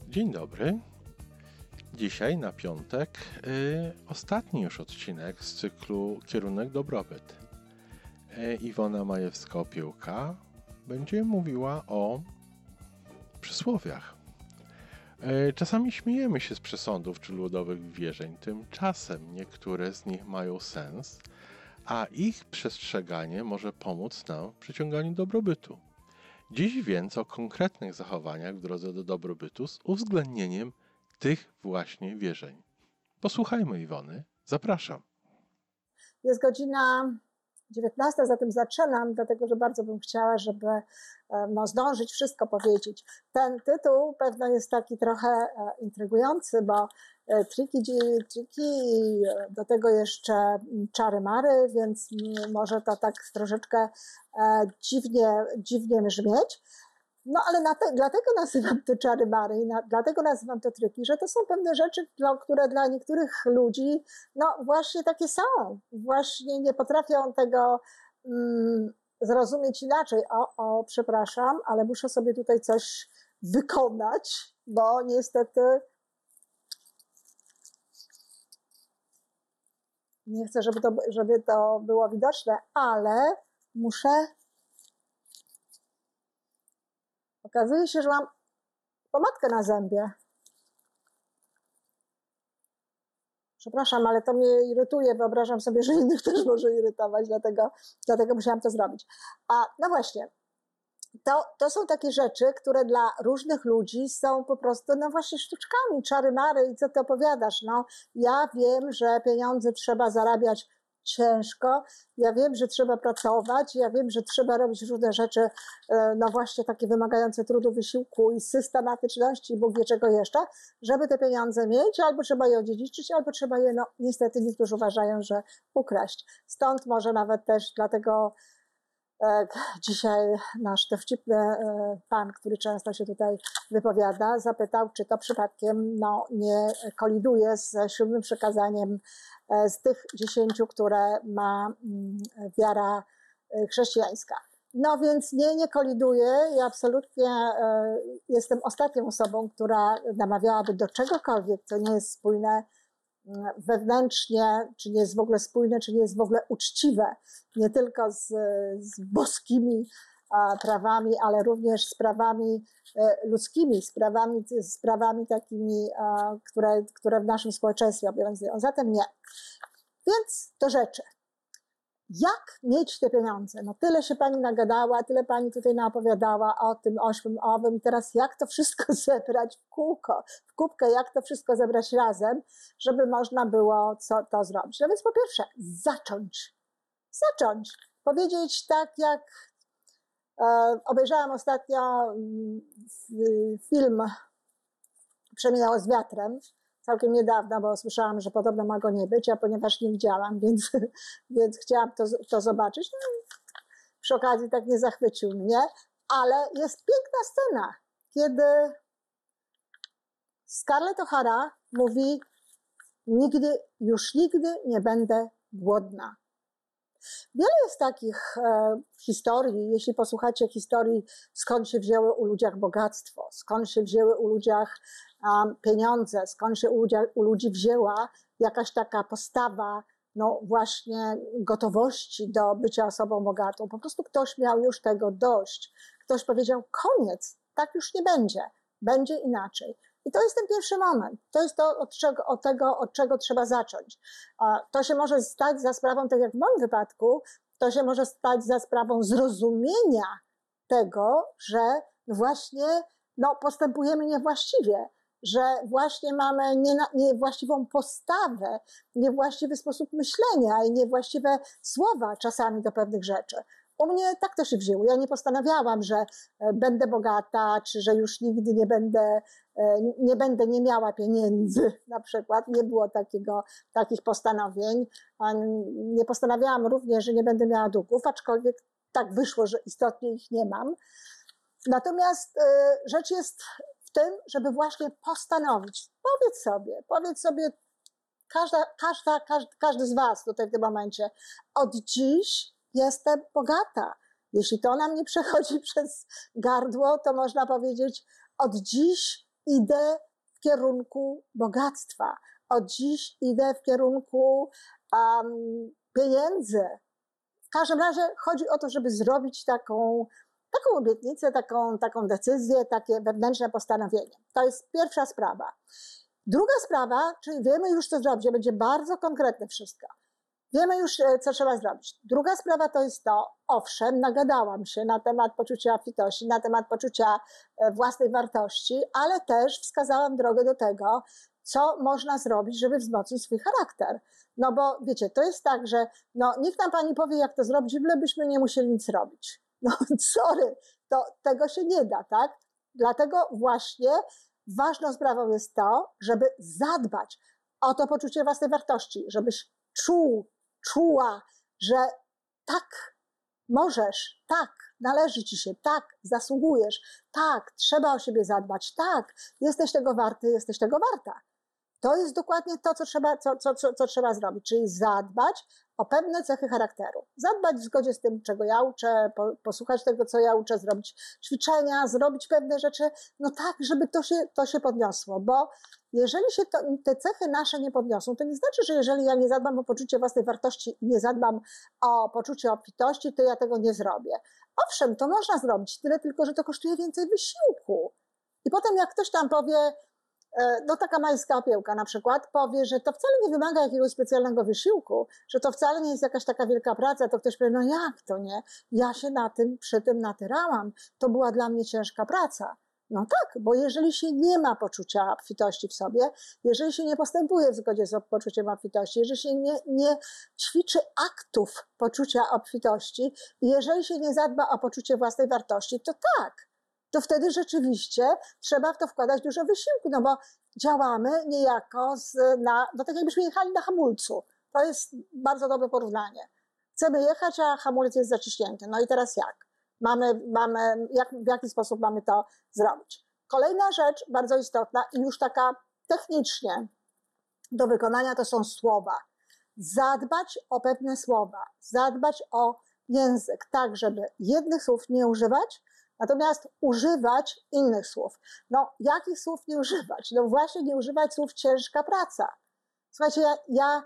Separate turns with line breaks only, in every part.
Dzień dobry. Dzisiaj na piątek ostatni już odcinek z cyklu Kierunek Dobrobyt. Iwona Majewska-Opiełka będzie mówiła o przysłowiach. Czasami śmiejemy się z przesądów czy ludowych wierzeń, tymczasem niektóre z nich mają sens, a ich przestrzeganie może pomóc nam w przyciąganiu dobrobytu. Dziś więc o konkretnych zachowaniach w drodze do dobrobytu z uwzględnieniem tych właśnie wierzeń. Posłuchajmy Iwony. Zapraszam.
Jest godzina 19, zatem zaczynam, dlatego że bardzo bym chciała, żeby zdążyć wszystko powiedzieć. Ten tytuł pewno jest taki trochę intrygujący, dzięki i do tego jeszcze czary-mary, więc może to tak troszeczkę dziwnie brzmieć. No ale dlatego nazywam to czary-mary, dlatego nazywam to triki, że to są pewne rzeczy, które dla niektórych ludzi właśnie takie są. Właśnie nie potrafią tego zrozumieć inaczej. Przepraszam, ale muszę sobie tutaj coś wykonać, bo niestety nie chcę, żeby to było widoczne, ale muszę. Okazuje się, że mam pomadkę na zębie. Przepraszam, ale to mnie irytuje. Wyobrażam sobie, że innych też może irytować, dlatego musiałam to zrobić. No właśnie, to są takie rzeczy, które dla różnych ludzi są po prostu właśnie sztuczkami, czary-mary i co ty opowiadasz. Ja wiem, że pieniądze trzeba zarabiać ciężko, ja wiem, że trzeba pracować, ja wiem, że trzeba robić różne rzeczy, właśnie takie wymagające trudu, wysiłku i systematyczności i Bóg wie czego jeszcze, żeby te pieniądze mieć, albo trzeba je odziedziczyć, albo trzeba je, niestety niektórzy uważają, że ukraść. Stąd może nawet też dlatego dzisiaj nasz dowcipny pan, który często się tutaj wypowiada, zapytał, czy to przypadkiem nie koliduje z 7 przykazaniem z tych 10, które ma wiara chrześcijańska. Więc nie koliduje. Ja absolutnie jestem ostatnią osobą, która namawiałaby do czegokolwiek, co nie jest spójne wewnętrznie, czy nie jest w ogóle spójne, czy nie jest w ogóle uczciwe, nie tylko z boskimi prawami, ale również z prawami ludzkimi, z prawami takimi, które w naszym społeczeństwie obowiązują. Zatem nie. Więc do rzeczy. Jak mieć te pieniądze? Tyle się pani nagadała, tyle pani tutaj naopowiadała o tym, owym i teraz jak to wszystko zebrać w kubkę, jak to wszystko zebrać razem, żeby można było to zrobić. Więc po pierwsze, zacząć. Powiedzieć tak jak obejrzałam ostatnio film Przeminęło z wiatrem, całkiem niedawno, bo słyszałam, że podobno ma go nie być, a ponieważ nie widziałam, więc chciałam to zobaczyć. Przy okazji tak nie zachwycił mnie, ale jest piękna scena, kiedy Scarlett O'Hara mówi: już nigdy nie będę głodna. Wiele jest takich historii, jeśli posłuchacie historii, skąd się wzięły u ludziach bogactwo, skąd się wzięły u ludziach pieniądze, skąd się u ludzi wzięła jakaś taka postawa, właśnie gotowości do bycia osobą bogatą. Po prostu ktoś miał już tego dość. Ktoś powiedział: koniec, tak już nie będzie, będzie inaczej. I to jest ten pierwszy moment. To jest to, od czego trzeba zacząć. To się może stać za sprawą, tak jak w moim wypadku, to się może stać za sprawą zrozumienia tego, że właśnie postępujemy niewłaściwie, że właśnie mamy niewłaściwą postawę, niewłaściwy sposób myślenia i niewłaściwe słowa czasami do pewnych rzeczy. U mnie tak to się wzięło. Ja nie postanawiałam, że będę bogata, czy że już nigdy nie miała pieniędzy na przykład. Nie było takich postanowień. Nie postanawiałam również, że nie będę miała długów, aczkolwiek tak wyszło, że istotnie ich nie mam. Natomiast rzecz jest w tym, żeby właśnie postanowić. Powiedz sobie każdy z was tutaj w tym momencie: od dziś jestem bogata. Jeśli to nam nie przechodzi przez gardło, to można powiedzieć: od dziś idę w kierunku bogactwa. Od dziś idę w kierunku pieniędzy. W każdym razie chodzi o to, żeby zrobić taką obietnicę, taką decyzję, takie wewnętrzne postanowienie. To jest pierwsza sprawa. Druga sprawa, czyli wiemy już, co zrobić, będzie bardzo konkretne wszystko. Wiemy już, co trzeba zrobić. Druga sprawa to jest to, owszem, nagadałam się na temat poczucia obfitości, na temat poczucia własnej wartości, ale też wskazałam drogę do tego, co można zrobić, żeby wzmocnić swój charakter. No bo wiecie, to jest tak, że nikt nam pani powie, jak to zrobić, byśmy nie musieli nic robić. No sorry, tego się nie da, tak? Dlatego właśnie ważną sprawą jest to, żeby zadbać o to poczucie własnej wartości, żebyś czuła, że tak, możesz, tak, należy ci się, tak, zasługujesz, tak, trzeba o siebie zadbać, tak, jesteś tego warty, jesteś tego warta. To jest dokładnie to, co trzeba zrobić, czyli zadbać o pewne cechy charakteru. Zadbać w zgodzie z tym, czego ja uczę, posłuchać tego, co ja uczę, zrobić ćwiczenia, zrobić pewne rzeczy, tak, żeby to się podniosło, bo jeżeli się te cechy nasze nie podniosą, to nie znaczy, że jeżeli ja nie zadbam o poczucie własnej wartości, nie zadbam o poczucie obfitości, to ja tego nie zrobię. Owszem, to można zrobić, tyle tylko, że to kosztuje więcej wysiłku. I potem jak ktoś tam powie, taka majska opiełka na przykład, powie, że to wcale nie wymaga jakiegoś specjalnego wysiłku, że to wcale nie jest jakaś taka wielka praca, to ktoś powie, jak to nie? Ja się przy tym natyrałam, to była dla mnie ciężka praca. No tak, bo jeżeli się nie ma poczucia obfitości w sobie, jeżeli się nie postępuje w zgodzie z poczuciem obfitości, jeżeli się nie ćwiczy aktów poczucia obfitości i jeżeli się nie zadba o poczucie własnej wartości, to tak, to wtedy rzeczywiście trzeba w to wkładać dużo wysiłku, no bo działamy niejako tak jakbyśmy jechali na hamulcu. To jest bardzo dobre porównanie. Chcemy jechać, a hamulec jest zaciśnięty. No i teraz jak? W jaki sposób mamy to zrobić? Kolejna rzecz bardzo istotna i już taka technicznie do wykonania to są słowa. Zadbać o pewne słowa, zadbać o język, tak żeby jednych słów nie używać, natomiast używać innych słów. Jakich słów nie używać? Właśnie nie używać słów ciężka praca. Słuchajcie, ja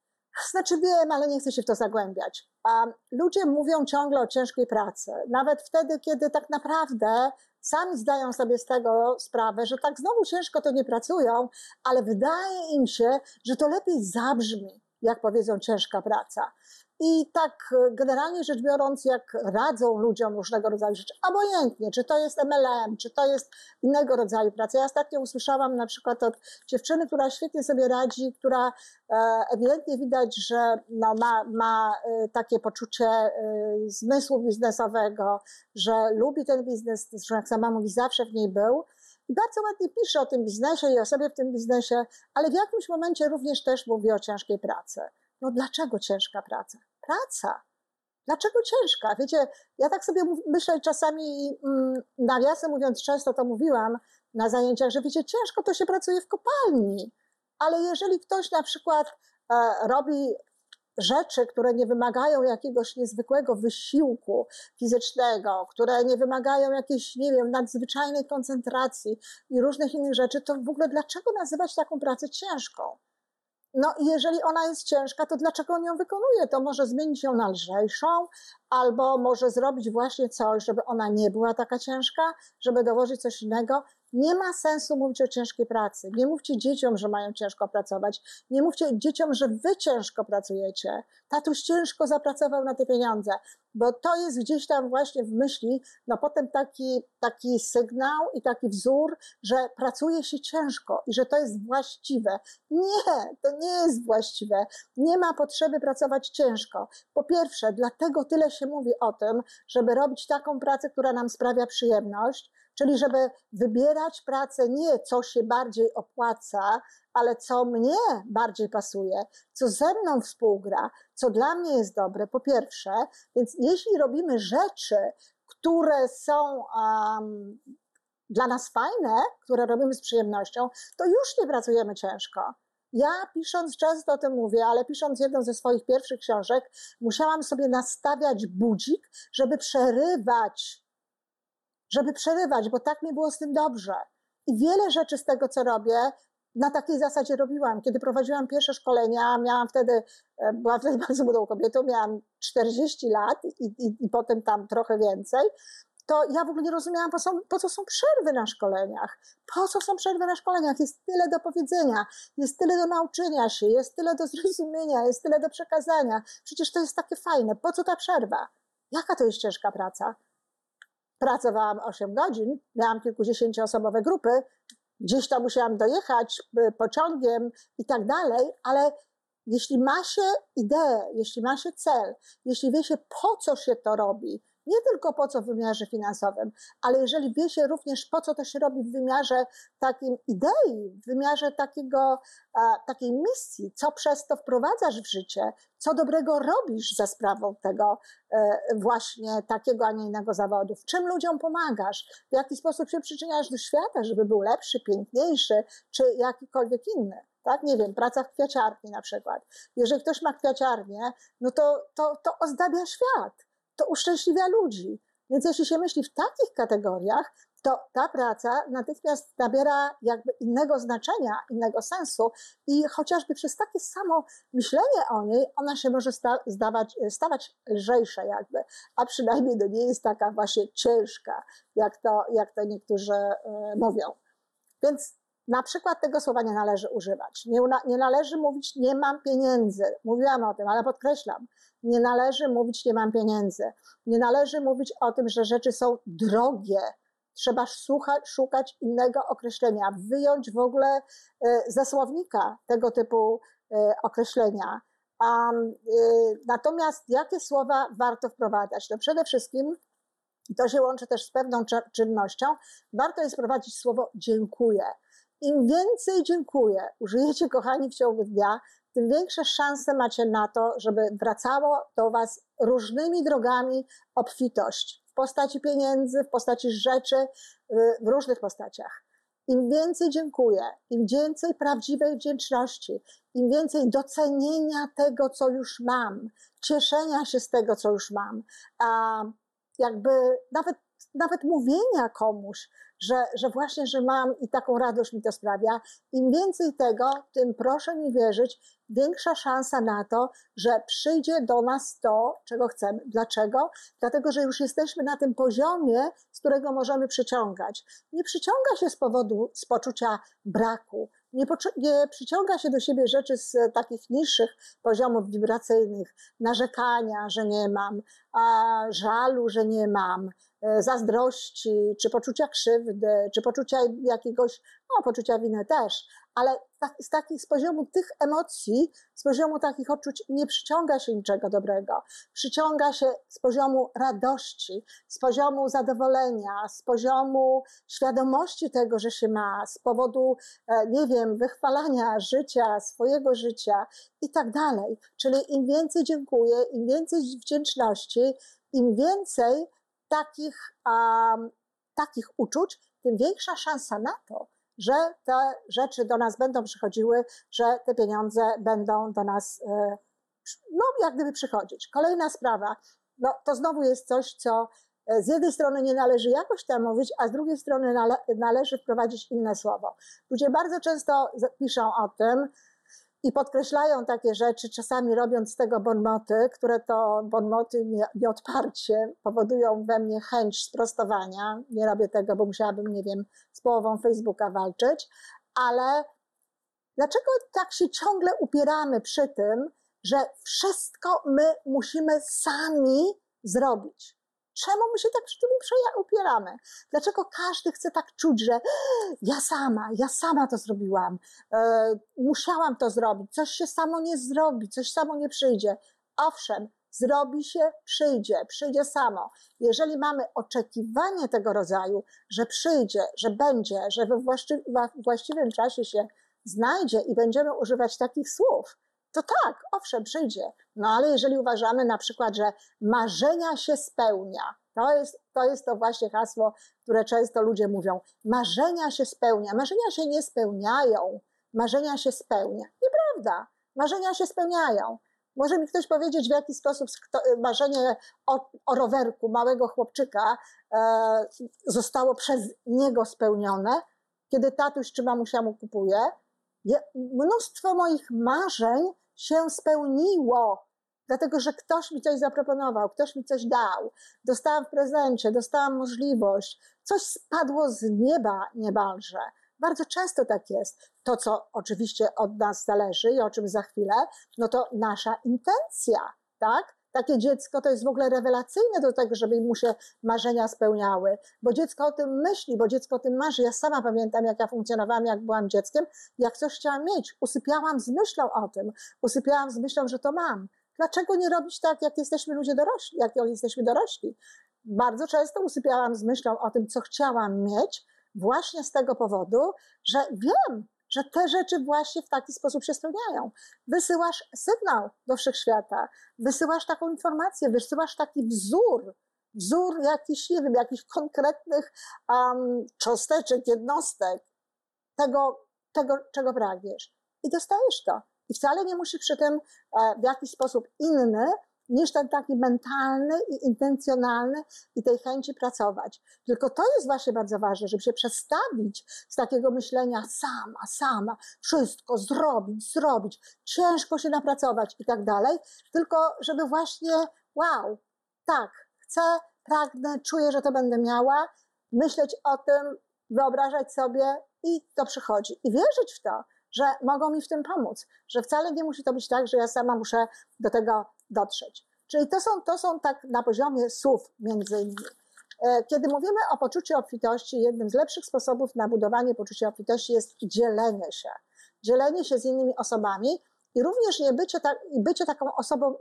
wiem, ale nie chcę się w to zagłębiać. Ludzie mówią ciągle o ciężkiej pracy. Nawet wtedy, kiedy tak naprawdę sami zdają sobie z tego sprawę, że tak znowu ciężko to nie pracują, ale wydaje im się, że to lepiej zabrzmi, jak powiedzą ciężka praca. I tak generalnie rzecz biorąc, jak radzą ludziom różnego rodzaju rzeczy, obojętnie, czy to jest MLM, czy to jest innego rodzaju praca. Ja ostatnio usłyszałam na przykład od dziewczyny, która świetnie sobie radzi, która ewidentnie widać, że ma takie poczucie zmysłu biznesowego, że lubi ten biznes, że jak sama mówi, zawsze w niej był. I bardzo ładnie pisze o tym biznesie i o sobie w tym biznesie, ale w jakimś momencie również też mówi o ciężkiej pracy. Dlaczego ciężka praca? Praca. Dlaczego ciężka? Wiecie, ja tak sobie myślę czasami, nawiasem mówiąc, często to mówiłam na zajęciach, że wiecie, ciężko to się pracuje w kopalni, ale jeżeli ktoś na przykład robi rzeczy, które nie wymagają jakiegoś niezwykłego wysiłku fizycznego, które nie wymagają jakiejś, nadzwyczajnej koncentracji i różnych innych rzeczy, to w ogóle dlaczego nazywać taką pracę ciężką? I jeżeli ona jest ciężka, to dlaczego on ją wykonuje? To może zmienić ją na lżejszą, albo może zrobić właśnie coś, żeby ona nie była taka ciężka, żeby dołożyć coś innego. Nie ma sensu mówić o ciężkiej pracy. Nie mówcie dzieciom, że mają ciężko pracować. Nie mówcie dzieciom, że wy ciężko pracujecie. Tatuś ciężko zapracował na te pieniądze, bo to jest gdzieś tam właśnie w myśli, potem taki sygnał i taki wzór, że pracuje się ciężko i że to jest właściwe. Nie, to nie jest właściwe. Nie ma potrzeby pracować ciężko. Po pierwsze, dlatego tyle się mówi o tym, żeby robić taką pracę, która nam sprawia przyjemność, czyli żeby wybierać pracę nie co się bardziej opłaca, ale co mnie bardziej pasuje, co ze mną współgra, co dla mnie jest dobre, po pierwsze. Więc jeśli robimy rzeczy, które są dla nas fajne, które robimy z przyjemnością, to już nie pracujemy ciężko. Ja pisząc, często o tym mówię, ale pisząc jedną ze swoich pierwszych książek, musiałam sobie nastawiać budzik, żeby przerywać, bo tak mi było z tym dobrze. I wiele rzeczy z tego, co robię, na takiej zasadzie robiłam. Kiedy prowadziłam pierwsze szkolenia, byłam wtedy bardzo młodą kobietą, miałam 40 lat i potem tam trochę więcej, to ja w ogóle nie rozumiałam, po co są przerwy na szkoleniach. Po co są przerwy na szkoleniach? Jest tyle do powiedzenia, jest tyle do nauczenia się, jest tyle do zrozumienia, jest tyle do przekazania. Przecież to jest takie fajne. Po co ta przerwa? Jaka to jest ciężka praca? Pracowałam 8 godzin, miałam kilkudziesięcioosobowe grupy, gdzieś tam musiałam dojechać pociągiem i tak dalej, ale jeśli ma się ideę, jeśli ma się cel, jeśli wie się, po co się to robi, nie tylko po co w wymiarze finansowym, ale jeżeli wie się również, po co to się robi w wymiarze takim idei, w wymiarze takiej misji, co przez to wprowadzasz w życie, co dobrego robisz za sprawą tego właśnie takiego, a nie innego zawodu, w czym ludziom pomagasz, w jaki sposób się przyczyniasz do świata, żeby był lepszy, piękniejszy, czy jakikolwiek inny. Tak? Nie wiem, praca w kwiaciarni na przykład. Jeżeli ktoś ma kwiaciarnię, no to ozdabia świat, to uszczęśliwia ludzi. Więc jeśli się myśli w takich kategoriach, to ta praca natychmiast nabiera jakby innego znaczenia, innego sensu i chociażby przez takie samo myślenie o niej, ona się może stawać lżejsza jakby, a przynajmniej nie jest taka właśnie ciężka, jak to niektórzy mówią. Więc na przykład tego słowa nie należy używać. Nie należy mówić nie mam pieniędzy. Mówiłam o tym, ale podkreślam. Nie należy mówić nie mam pieniędzy. Nie należy mówić o tym, że rzeczy są drogie. Trzeba szukać innego określenia. Wyjąć w ogóle ze słownika tego typu określenia. Natomiast jakie słowa warto wprowadzać? No przede wszystkim, i to się łączy też z pewną czynnością, warto jest wprowadzić słowo dziękuję. Im więcej dziękuję użyjecie, kochani, w ciągu dnia, tym większe szanse macie na to, żeby wracało do was różnymi drogami obfitość w postaci pieniędzy, w postaci rzeczy, w różnych postaciach. Im więcej dziękuję, im więcej prawdziwej wdzięczności, im więcej docenienia tego, co już mam, cieszenia się z tego, co już mam, jakby nawet mówienia komuś, że właśnie, że mam i taką radość mi to sprawia. Im więcej tego, tym proszę mi wierzyć, większa szansa na to, że przyjdzie do nas to, czego chcemy. Dlaczego? Dlatego, że już jesteśmy na tym poziomie, z którego możemy przyciągać. Nie przyciąga się z poczucia braku, nie przyciąga się do siebie rzeczy z takich niższych poziomów wibracyjnych, narzekania, że nie mam, żalu, że nie mam, zazdrości, czy poczucia krzywdy, czy poczucia jakiegoś, poczucia winy też, ale z poziomu tych emocji, z poziomu takich odczuć nie przyciąga się niczego dobrego. Przyciąga się z poziomu radości, z poziomu zadowolenia, z poziomu świadomości tego, że się ma, z powodu, nie wiem, wychwalania życia, swojego życia i tak dalej. Czyli im więcej dziękuję, im więcej wdzięczności, im więcej takich uczuć, tym większa szansa na to, że te rzeczy do nas będą przychodziły, że te pieniądze będą do nas, jak gdyby przychodzić. Kolejna sprawa, to znowu jest coś, co z jednej strony nie należy jakoś tam mówić, a z drugiej strony należy wprowadzić inne słowo. Ludzie bardzo często piszą o tym i podkreślają takie rzeczy, czasami robiąc z tego bonmoty, które to bonmoty nieodparcie powodują we mnie chęć sprostowania. Nie robię tego, bo musiałabym, nie wiem, z połową Facebooka walczyć, ale dlaczego tak się ciągle upieramy przy tym, że wszystko my musimy sami zrobić? Czemu my się tak przy tym upieramy? Dlaczego każdy chce tak czuć, że ja sama to zrobiłam, musiałam to zrobić, coś się samo nie zrobi, coś samo nie przyjdzie. Owszem, zrobi się, przyjdzie samo. Jeżeli mamy oczekiwanie tego rodzaju, że przyjdzie, że będzie, że we właściwym czasie się znajdzie i będziemy używać takich słów, to tak, owszem, przyjdzie. No ale jeżeli uważamy na przykład, że marzenia się spełnia, to jest to właśnie hasło, które często ludzie mówią. Marzenia się spełnia. Marzenia się nie spełniają. Marzenia się spełnia. Nieprawda. Marzenia się spełniają. Może mi ktoś powiedzieć, w jaki sposób marzenie o rowerku małego chłopczyka zostało przez niego spełnione? kiedy tatuś czy mamusia mu kupuje. Mnóstwo moich marzeń się spełniło, dlatego że ktoś mi coś zaproponował, ktoś mi coś dał, dostałam w prezencie, dostałam możliwość, coś spadło z nieba niemalże. Bardzo często tak jest. To, co oczywiście od nas zależy i o czym za chwilę, no to nasza intencja, tak? Takie dziecko to jest w ogóle rewelacyjne do tego, żeby mu się marzenia spełniały, bo dziecko o tym myśli, bo dziecko o tym marzy. Ja sama pamiętam, jak ja funkcjonowałam, jak byłam dzieckiem, jak coś chciałam mieć. Usypiałam z myślą o tym, usypiałam z myślą, że to mam. Dlaczego nie robić tak, jak jesteśmy ludzie dorośli, jak jesteśmy dorośli? Bardzo często usypiałam z myślą o tym, co chciałam mieć, właśnie z tego powodu, że wiem, że te rzeczy właśnie w taki sposób się spełniają. Wysyłasz sygnał do wszechświata, wysyłasz taką informację, wysyłasz taki wzór jakiś, nie wiem, jakichś konkretnych cząsteczek, jednostek, tego, czego pragniesz. I dostajesz to. I wcale nie musisz przy tym w jakiś sposób inny niż ten taki mentalny i intencjonalny i tej chęci pracować. Tylko to jest właśnie bardzo ważne, żeby się przestawić z takiego myślenia sama, wszystko zrobić, ciężko się napracować i tak dalej, tylko żeby właśnie wow, tak, chcę, pragnę, czuję, że to będę miała, myśleć o tym, wyobrażać sobie i to przychodzi. I wierzyć w to, że mogą mi w tym pomóc, że wcale nie musi to być tak, że ja sama muszę do tego dotrzeć. Czyli to są tak na poziomie słów między innymi. Kiedy mówimy o poczuciu obfitości, jednym z lepszych sposobów na budowanie poczucia obfitości jest dzielenie się. Dzielenie się z innymi osobami i również bycie taką osobą,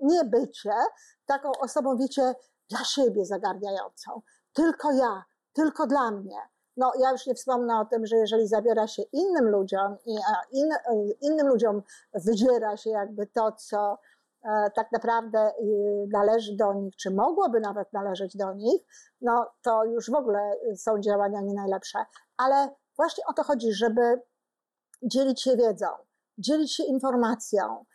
taką osobą, wiecie, dla siebie zagarniającą. Tylko ja, tylko dla mnie. No, ja już nie wspomnę o tym, że jeżeli zabiera się innym ludziom i innym ludziom wydziera się jakby to, co tak naprawdę należy do nich, czy mogłoby nawet należeć do nich, no to już w ogóle są działania nie najlepsze. Ale właśnie o to chodzi, żeby dzielić się wiedzą, dzielić się informacją.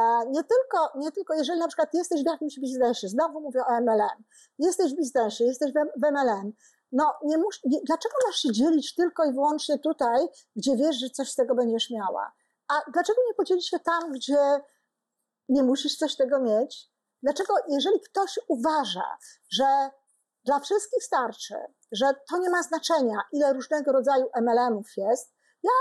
Nie tylko jeżeli na przykład jesteś w jakimś biznesie, znowu mówię o MLM, jesteś w biznesie, jesteś w MLM, no dlaczego masz się dzielić tylko i wyłącznie tutaj, gdzie wiesz, że coś z tego będziesz miała? A dlaczego nie podzielić się tam, gdzie nie musisz coś z tego mieć? Dlaczego, jeżeli ktoś uważa, że dla wszystkich starczy, że to nie ma znaczenia, ile różnego rodzaju MLM-ów jest, ja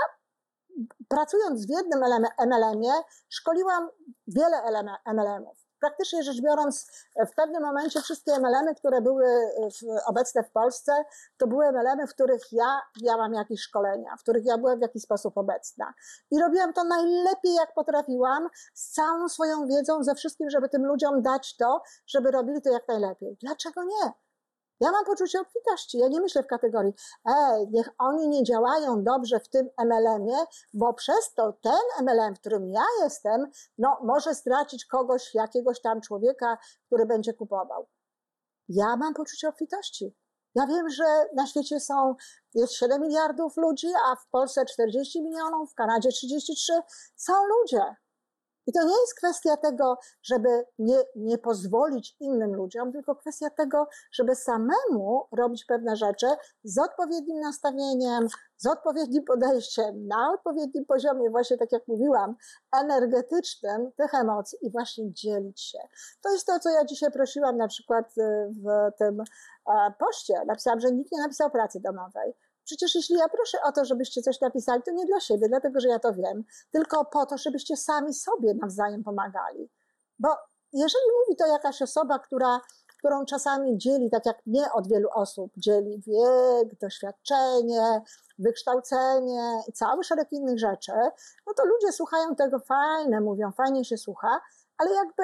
pracując w jednym MLM-ie, szkoliłam wiele MLM-ów. Praktycznie rzecz biorąc, w pewnym momencie wszystkie MLM-y, które były obecne w Polsce, to były MLM-y, w których ja miałam jakieś szkolenia, w których ja byłam w jakiś sposób obecna. I robiłam to najlepiej, jak potrafiłam, z całą swoją wiedzą, ze wszystkim, żeby tym ludziom dać to, żeby robili to jak najlepiej. Dlaczego nie? Ja mam poczucie obfitości. Ja nie myślę w kategorii, niech oni nie działają dobrze w tym MLM-ie, bo przez to ten MLM, w którym ja jestem, no może stracić kogoś, jakiegoś tam człowieka, który będzie kupował. Ja mam poczucie obfitości. Ja wiem, że na świecie jest 7 miliardów ludzi, a w Polsce 40 milionów, w Kanadzie 33. Są ludzie. I to nie jest kwestia tego, żeby nie pozwolić innym ludziom, tylko kwestia tego, żeby samemu robić pewne rzeczy z odpowiednim nastawieniem, z odpowiednim podejściem, na odpowiednim poziomie, właśnie tak jak mówiłam, energetycznym tych emocji i właśnie dzielić się. To jest to, co ja dzisiaj prosiłam na przykład w tym poście. Napisałam, że nikt nie napisał pracy domowej. Przecież jeśli ja proszę o to, żebyście coś napisali, to nie dla siebie, dlatego że ja to wiem, tylko po to, żebyście sami sobie nawzajem pomagali. Bo jeżeli mówi to jakaś osoba, którą czasami dzieli, tak jak mnie od wielu osób, dzieli wiek, doświadczenie, wykształcenie i cały szereg innych rzeczy, no to ludzie słuchają tego fajne, mówią, fajnie się słucha, ale jakby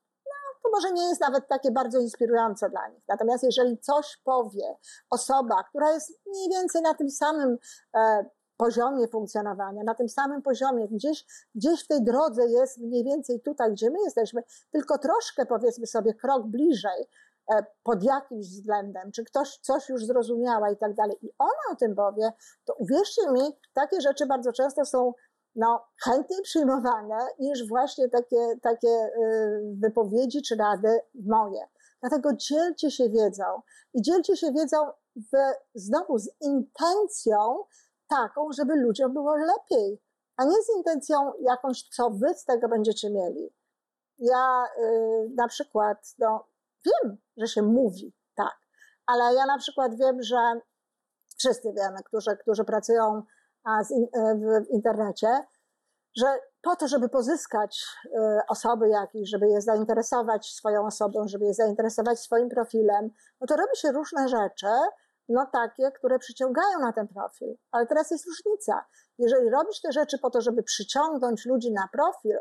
to może nie jest nawet takie bardzo inspirujące dla nich. Natomiast jeżeli coś powie osoba, która jest mniej więcej na tym samym poziomie funkcjonowania, na tym samym poziomie, gdzieś w tej drodze jest mniej więcej tutaj, gdzie my jesteśmy, tylko troszkę, powiedzmy sobie, krok bliżej pod jakimś względem, czy ktoś coś już zrozumiała i tak dalej, i ona o tym powie, to uwierzcie mi, takie rzeczy bardzo często są chętniej przyjmowane niż właśnie takie wypowiedzi czy rady moje. Dlatego dzielcie się wiedzą i dzielcie się wiedzą znowu z intencją taką, żeby ludziom było lepiej, a nie z intencją jakąś, co wy z tego będziecie mieli. Ja na przykład, wiem, że się mówi tak, ale ja na przykład wiem, że wszyscy wiemy, którzy pracują w internecie, że po to, żeby pozyskać osoby jakieś, żeby je zainteresować swoją osobą, żeby je zainteresować swoim profilem, no to robi się różne rzeczy, no takie, które przyciągają na ten profil. Ale teraz jest różnica. Jeżeli robisz te rzeczy po to, żeby przyciągnąć ludzi na profil,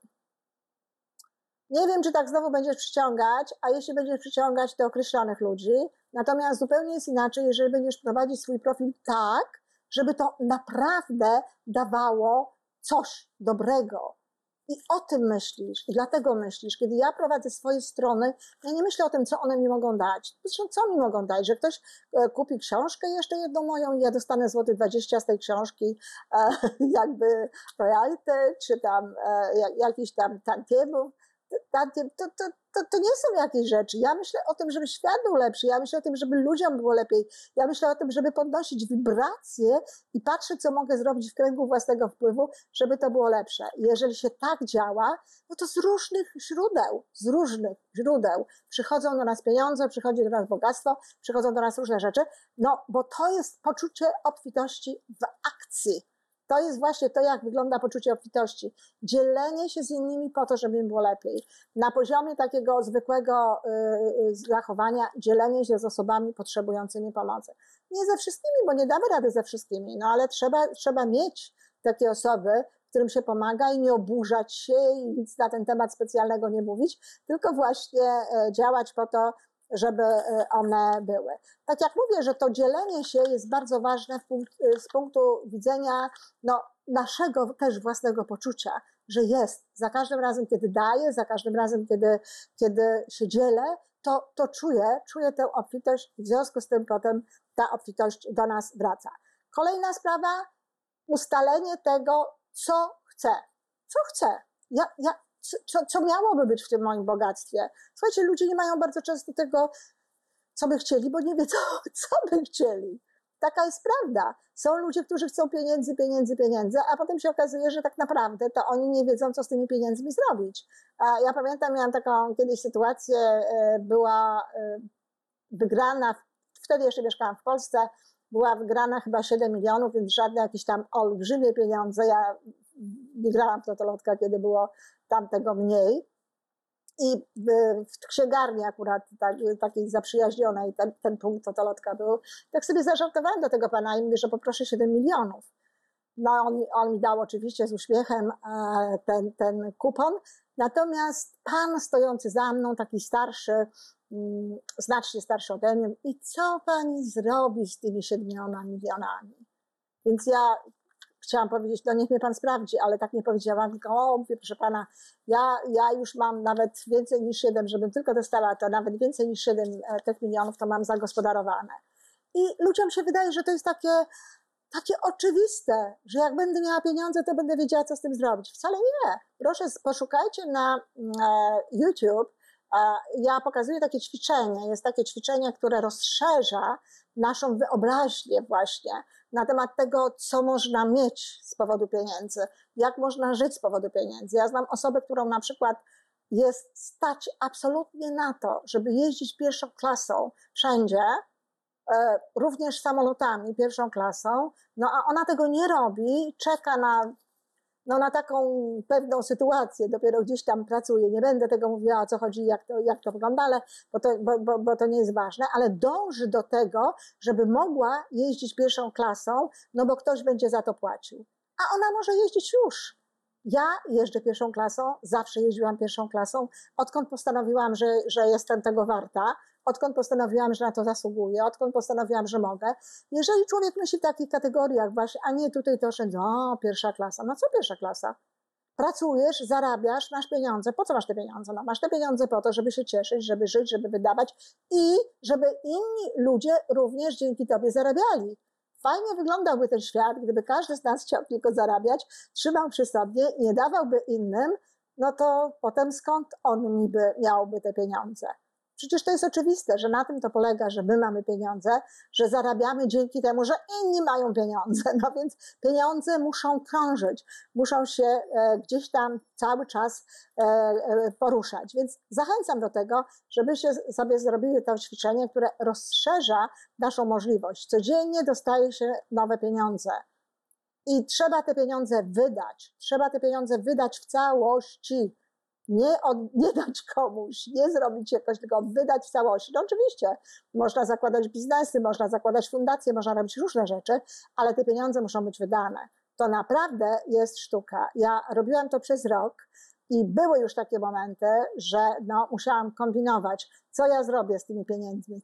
nie wiem, czy tak znowu będziesz przyciągać, a jeśli będziesz przyciągać, to określonych ludzi. Natomiast zupełnie jest inaczej, jeżeli będziesz prowadzić swój profil tak, żeby to naprawdę dawało coś dobrego. I o tym myślisz, i dlatego myślisz. Kiedy ja prowadzę swoje strony, ja nie myślę o tym, co one mi mogą dać. Zresztą co mi mogą dać? Że ktoś kupi książkę jeszcze jedną moją i ja dostanę złoty 20 z tej książki, jakby royalty, czy tam jakiś tam tantiemów. To nie są jakieś rzeczy. Ja myślę o tym, żeby świat był lepszy. Ja myślę o tym, żeby ludziom było lepiej. Ja myślę o tym, żeby podnosić wibracje i patrzeć, co mogę zrobić w kręgu własnego wpływu, żeby to było lepsze. I jeżeli się tak działa, no to z różnych źródeł przychodzą do nas pieniądze, przychodzi do nas bogactwo, przychodzą do nas różne rzeczy, no bo to jest poczucie obfitości w akcji. To jest właśnie to, jak wygląda poczucie obfitości. Dzielenie się z innymi po to, żeby im było lepiej. Na poziomie takiego zwykłego zachowania, dzielenie się z osobami potrzebującymi pomocy. Nie ze wszystkimi, bo nie damy rady ze wszystkimi, no ale trzeba mieć takie osoby, którym się pomaga i nie oburzać się i nic na ten temat specjalnego nie mówić, tylko właśnie działać po to, żeby one były. Tak jak mówię, że to dzielenie się jest bardzo ważne z punktu widzenia naszego też własnego poczucia, że jest. Za każdym razem, kiedy daję, za każdym razem, kiedy się dzielę, to czuję tę obfitość i w związku z tym potem ta obfitość do nas wraca. Kolejna sprawa, ustalenie tego, co chcę. Co chcę? Co miałoby być w tym moim bogactwie? Słuchajcie, ludzie nie mają bardzo często tego, co by chcieli, bo nie wiedzą, co by chcieli. Taka jest prawda. Są ludzie, którzy chcą pieniędzy, a potem się okazuje, że tak naprawdę to oni nie wiedzą, co z tymi pieniędzmi zrobić. Ja pamiętam, miałam taką kiedyś sytuację, była wygrana, wtedy jeszcze mieszkałam w Polsce, była wygrana chyba 7 milionów, więc żadne jakieś tam olbrzymie pieniądze. Ja nie grałam w totolotka, kiedy było tam tego mniej. I w księgarni akurat takiej zaprzyjaźnionej ten punkt totolotka był. Tak sobie zażartowałam do tego pana i mówię, że poproszę 7 milionów. No on mi dał oczywiście z uśmiechem ten kupon. Natomiast pan stojący za mną, taki starszy, znacznie starszy ode mnie, i co pani zrobi z tymi 7 milionami? Więc ja chciałam powiedzieć, no niech mnie pan sprawdzi, ale tak nie powiedziałam, tylko mówię, proszę pana, ja już mam nawet więcej niż 7, żebym tylko dostała to, nawet więcej niż 7 tych milionów to mam zagospodarowane. I ludziom się wydaje, że to jest takie oczywiste, że jak będę miała pieniądze, to będę wiedziała, co z tym zrobić. Wcale nie. Proszę, poszukajcie na YouTube. Ja pokazuję takie ćwiczenie. Jest takie ćwiczenie, które rozszerza naszą wyobraźnię właśnie na temat tego, co można mieć z powodu pieniędzy, jak można żyć z powodu pieniędzy. Ja znam osobę, którą na przykład jest stać absolutnie na to, żeby jeździć pierwszą klasą wszędzie, również samolotami pierwszą klasą, no a ona tego nie robi, czeka na taką pewną sytuację, dopiero gdzieś tam pracuje. Nie będę tego mówiła, o co chodzi, jak to wygląda, ale, bo to nie jest ważne, ale dąży do tego, żeby mogła jeździć pierwszą klasą, no bo ktoś będzie za to płacił. A ona może jeździć już. Ja jeżdżę pierwszą klasą, zawsze jeździłam pierwszą klasą, odkąd postanowiłam, że jestem tego warta, odkąd postanowiłam, że na to zasługuję, odkąd postanowiłam, że mogę. Jeżeli człowiek myśli w takich kategoriach właśnie, a nie tutaj to oszczędza, pierwsza klasa. No co pierwsza klasa? Pracujesz, zarabiasz, masz pieniądze. Po co masz te pieniądze? No, masz te pieniądze po to, żeby się cieszyć, żeby żyć, żeby wydawać i żeby inni ludzie również dzięki tobie zarabiali. Fajnie wyglądałby ten świat, gdyby każdy z nas chciał tylko zarabiać, trzymał przy sobie i nie dawałby innym, no to potem skąd on niby miałby te pieniądze? Przecież to jest oczywiste, że na tym to polega, że my mamy pieniądze, że zarabiamy dzięki temu, że inni mają pieniądze. No więc pieniądze muszą krążyć, muszą się gdzieś tam cały czas poruszać. Więc zachęcam do tego, żebyście sobie zrobili to ćwiczenie, które rozszerza naszą możliwość. Codziennie dostaje się nowe pieniądze. I trzeba te pieniądze wydać. Trzeba te pieniądze wydać w całości. Nie dać komuś, nie zrobić jakoś, tylko wydać w całości. No oczywiście, można zakładać biznesy, można zakładać fundacje, można robić różne rzeczy, ale te pieniądze muszą być wydane. To naprawdę jest sztuka. Ja robiłam to przez rok i były już takie momenty, że musiałam kombinować, co ja zrobię z tymi pieniędzmi,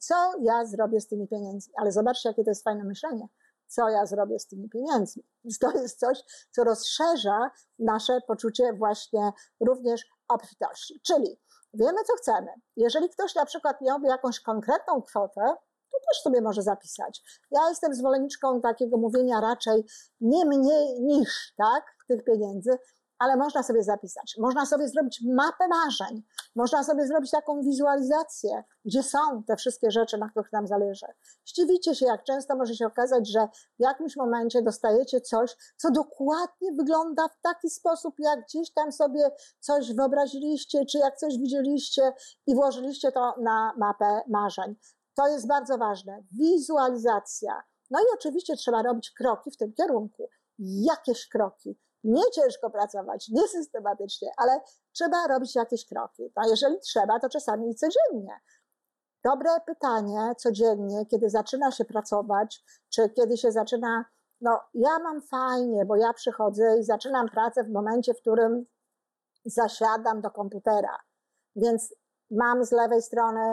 ale zobaczcie, jakie to jest fajne myślenie. Co ja zrobię z tymi pieniędzmi. Więc to jest coś, co rozszerza nasze poczucie właśnie również obfitości. Czyli wiemy, co chcemy. Jeżeli ktoś na przykład miałby jakąś konkretną kwotę, to też sobie może zapisać. Ja jestem zwolenniczką takiego mówienia raczej nie mniej niż, tak, tych pieniędzy, ale można sobie zapisać. Można sobie zrobić mapę marzeń. Można sobie zrobić taką wizualizację, gdzie są te wszystkie rzeczy, na których nam zależy. Zdziwicie się, jak często może się okazać, że w jakimś momencie dostajecie coś, co dokładnie wygląda w taki sposób, jak gdzieś tam sobie coś wyobraziliście, czy jak coś widzieliście i włożyliście to na mapę marzeń. To jest bardzo ważne. Wizualizacja. No i oczywiście trzeba robić kroki w tym kierunku. Jakieś kroki. Nie ciężko pracować, nie systematycznie, ale trzeba robić jakieś kroki. A jeżeli trzeba, to czasami i codziennie. Dobre pytanie codziennie, kiedy zaczyna się pracować, czy kiedy się zaczyna, ja mam fajnie, bo ja przychodzę i zaczynam pracę w momencie, w którym zasiadam do komputera. Więc mam z lewej strony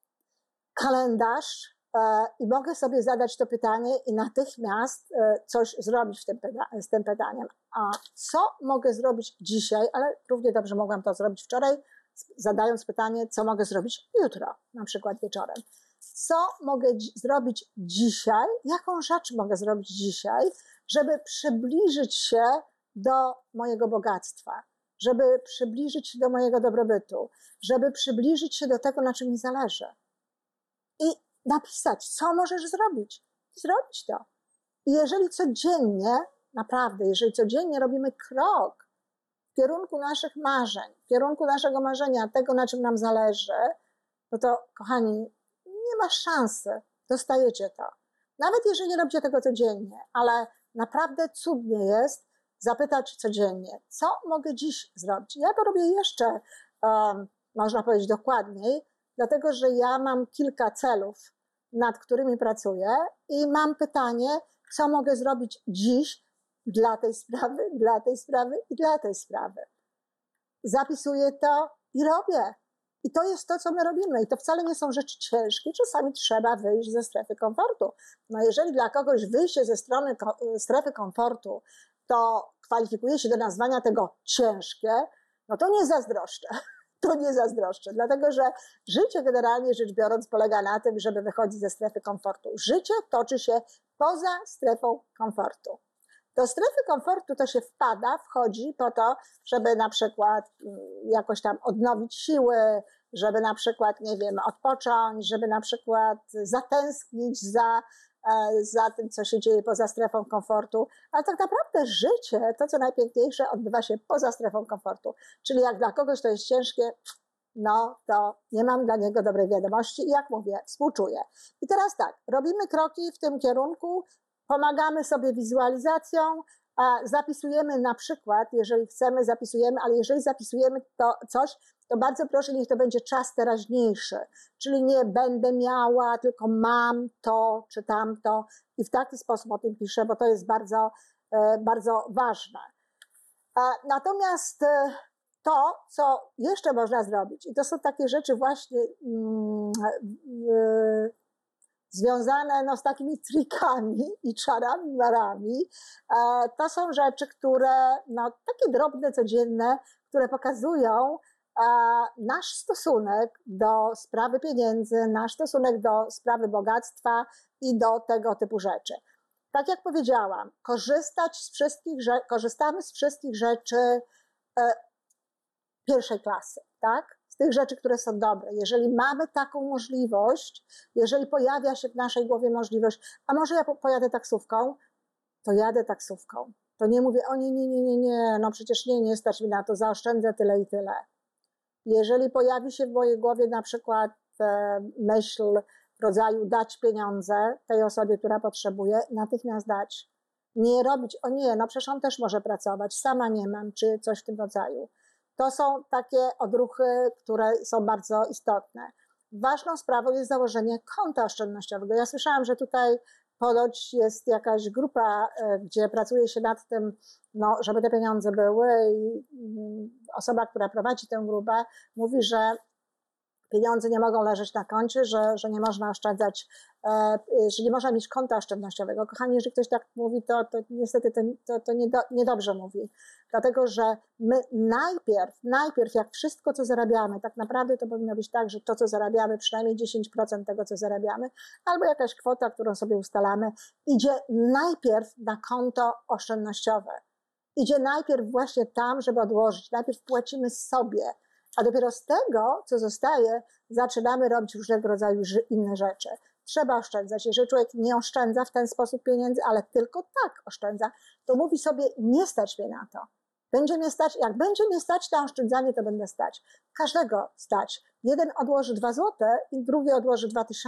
kalendarz, i mogę sobie zadać to pytanie i natychmiast coś zrobić z tym pytaniem. A co mogę zrobić dzisiaj, ale równie dobrze mogłam to zrobić wczoraj, zadając pytanie, co mogę zrobić jutro, na przykład wieczorem. Co mogę zrobić dzisiaj, jaką rzecz mogę zrobić dzisiaj, żeby przybliżyć się do mojego bogactwa, żeby przybliżyć się do mojego dobrobytu, żeby przybliżyć się do tego, na czym mi zależy. I napisać, co możesz zrobić. Zrobić to. I jeżeli codziennie, naprawdę, jeżeli codziennie robimy krok w kierunku naszych marzeń, w kierunku naszego marzenia, tego, na czym nam zależy, no to, kochani, nie ma szansy. Dostajecie to. Nawet jeżeli nie robicie tego codziennie, ale naprawdę cudnie jest zapytać codziennie, co mogę dziś zrobić. Ja to robię jeszcze, można powiedzieć, dokładniej, dlatego, że ja mam kilka celów, nad którymi pracuję i mam pytanie, co mogę zrobić dziś dla tej sprawy, dla tej sprawy i dla tej sprawy. Zapisuję to i robię. I to jest to, co my robimy. I to wcale nie są rzeczy ciężkie. Czasami trzeba wyjść ze strefy komfortu. Jeżeli dla kogoś wyjście ze strefy komfortu to kwalifikuje się do nazwania tego ciężkie, no to nie zazdroszczę. To nie zazdroszczę, dlatego że życie generalnie rzecz biorąc polega na tym, żeby wychodzić ze strefy komfortu. Życie toczy się poza strefą komfortu. Do strefy komfortu to się wchodzi po to, żeby na przykład jakoś tam odnowić siły, żeby na przykład, nie wiem, odpocząć, żeby na przykład zatęsknić za tym, co się dzieje poza strefą komfortu, ale tak naprawdę życie, to co najpiękniejsze, odbywa się poza strefą komfortu. Czyli jak dla kogoś to jest ciężkie, no to nie mam dla niego dobrej wiadomości i jak mówię, współczuję. I teraz tak, robimy kroki w tym kierunku, pomagamy sobie wizualizacją, zapisujemy na przykład, jeżeli chcemy, zapisujemy, ale jeżeli zapisujemy to coś, to bardzo proszę, niech to będzie czas teraźniejszy. Czyli nie będę miała, tylko mam to czy tamto i w taki sposób o tym piszę, bo to jest bardzo, bardzo ważne. Natomiast to, co jeszcze można zrobić, i to są takie rzeczy właśnie związane z takimi trikami i czarami, marami, to są rzeczy, które, takie drobne, codzienne, które pokazują nasz stosunek do sprawy pieniędzy, nasz stosunek do sprawy bogactwa i do tego typu rzeczy. Tak jak powiedziałam, korzystamy z wszystkich rzeczy pierwszej klasy, tak? z tych rzeczy, które są dobre. Jeżeli mamy taką możliwość, jeżeli pojawia się w naszej głowie możliwość, a może ja pojadę taksówką, to jadę taksówką. To nie mówię, o nie, no przecież nie stać mi na to, zaoszczędzę tyle i tyle. Jeżeli pojawi się w mojej głowie na przykład myśl w rodzaju dać pieniądze tej osobie, która potrzebuje, natychmiast dać. Nie robić, o nie, no przecież on też może pracować, sama nie mam, czy coś w tym rodzaju. To są takie odruchy, które są bardzo istotne. Ważną sprawą jest założenie konta oszczędnościowego. Ja słyszałam, że tutaj ponoć jest jakaś grupa, gdzie pracuje się nad tym, no, żeby te pieniądze były i osoba, która prowadzi tę grupę, mówi, że pieniądze nie mogą leżeć na koncie, że nie można oszczędzać, że nie można mieć konta oszczędnościowego. Kochani, jeżeli ktoś tak mówi, to niestety to niedobrze mówi. Dlatego, że my najpierw jak wszystko, co zarabiamy, tak naprawdę to powinno być tak, że to, co zarabiamy, przynajmniej 10% tego, co zarabiamy, albo jakaś kwota, którą sobie ustalamy, idzie najpierw na konto oszczędnościowe. Idzie najpierw właśnie tam, żeby odłożyć. Najpierw płacimy sobie, a dopiero z tego, co zostaje, zaczynamy robić różnego rodzaju inne rzeczy. Trzeba oszczędzać. Jeżeli człowiek nie oszczędza w ten sposób pieniędzy, ale tylko tak oszczędza, to mówi sobie, nie stać mnie na to. Będzie mnie stać, jak będzie mnie stać na oszczędzanie, to będę stać. Każdego stać. Jeden odłoży 2 złote i drugi odłoży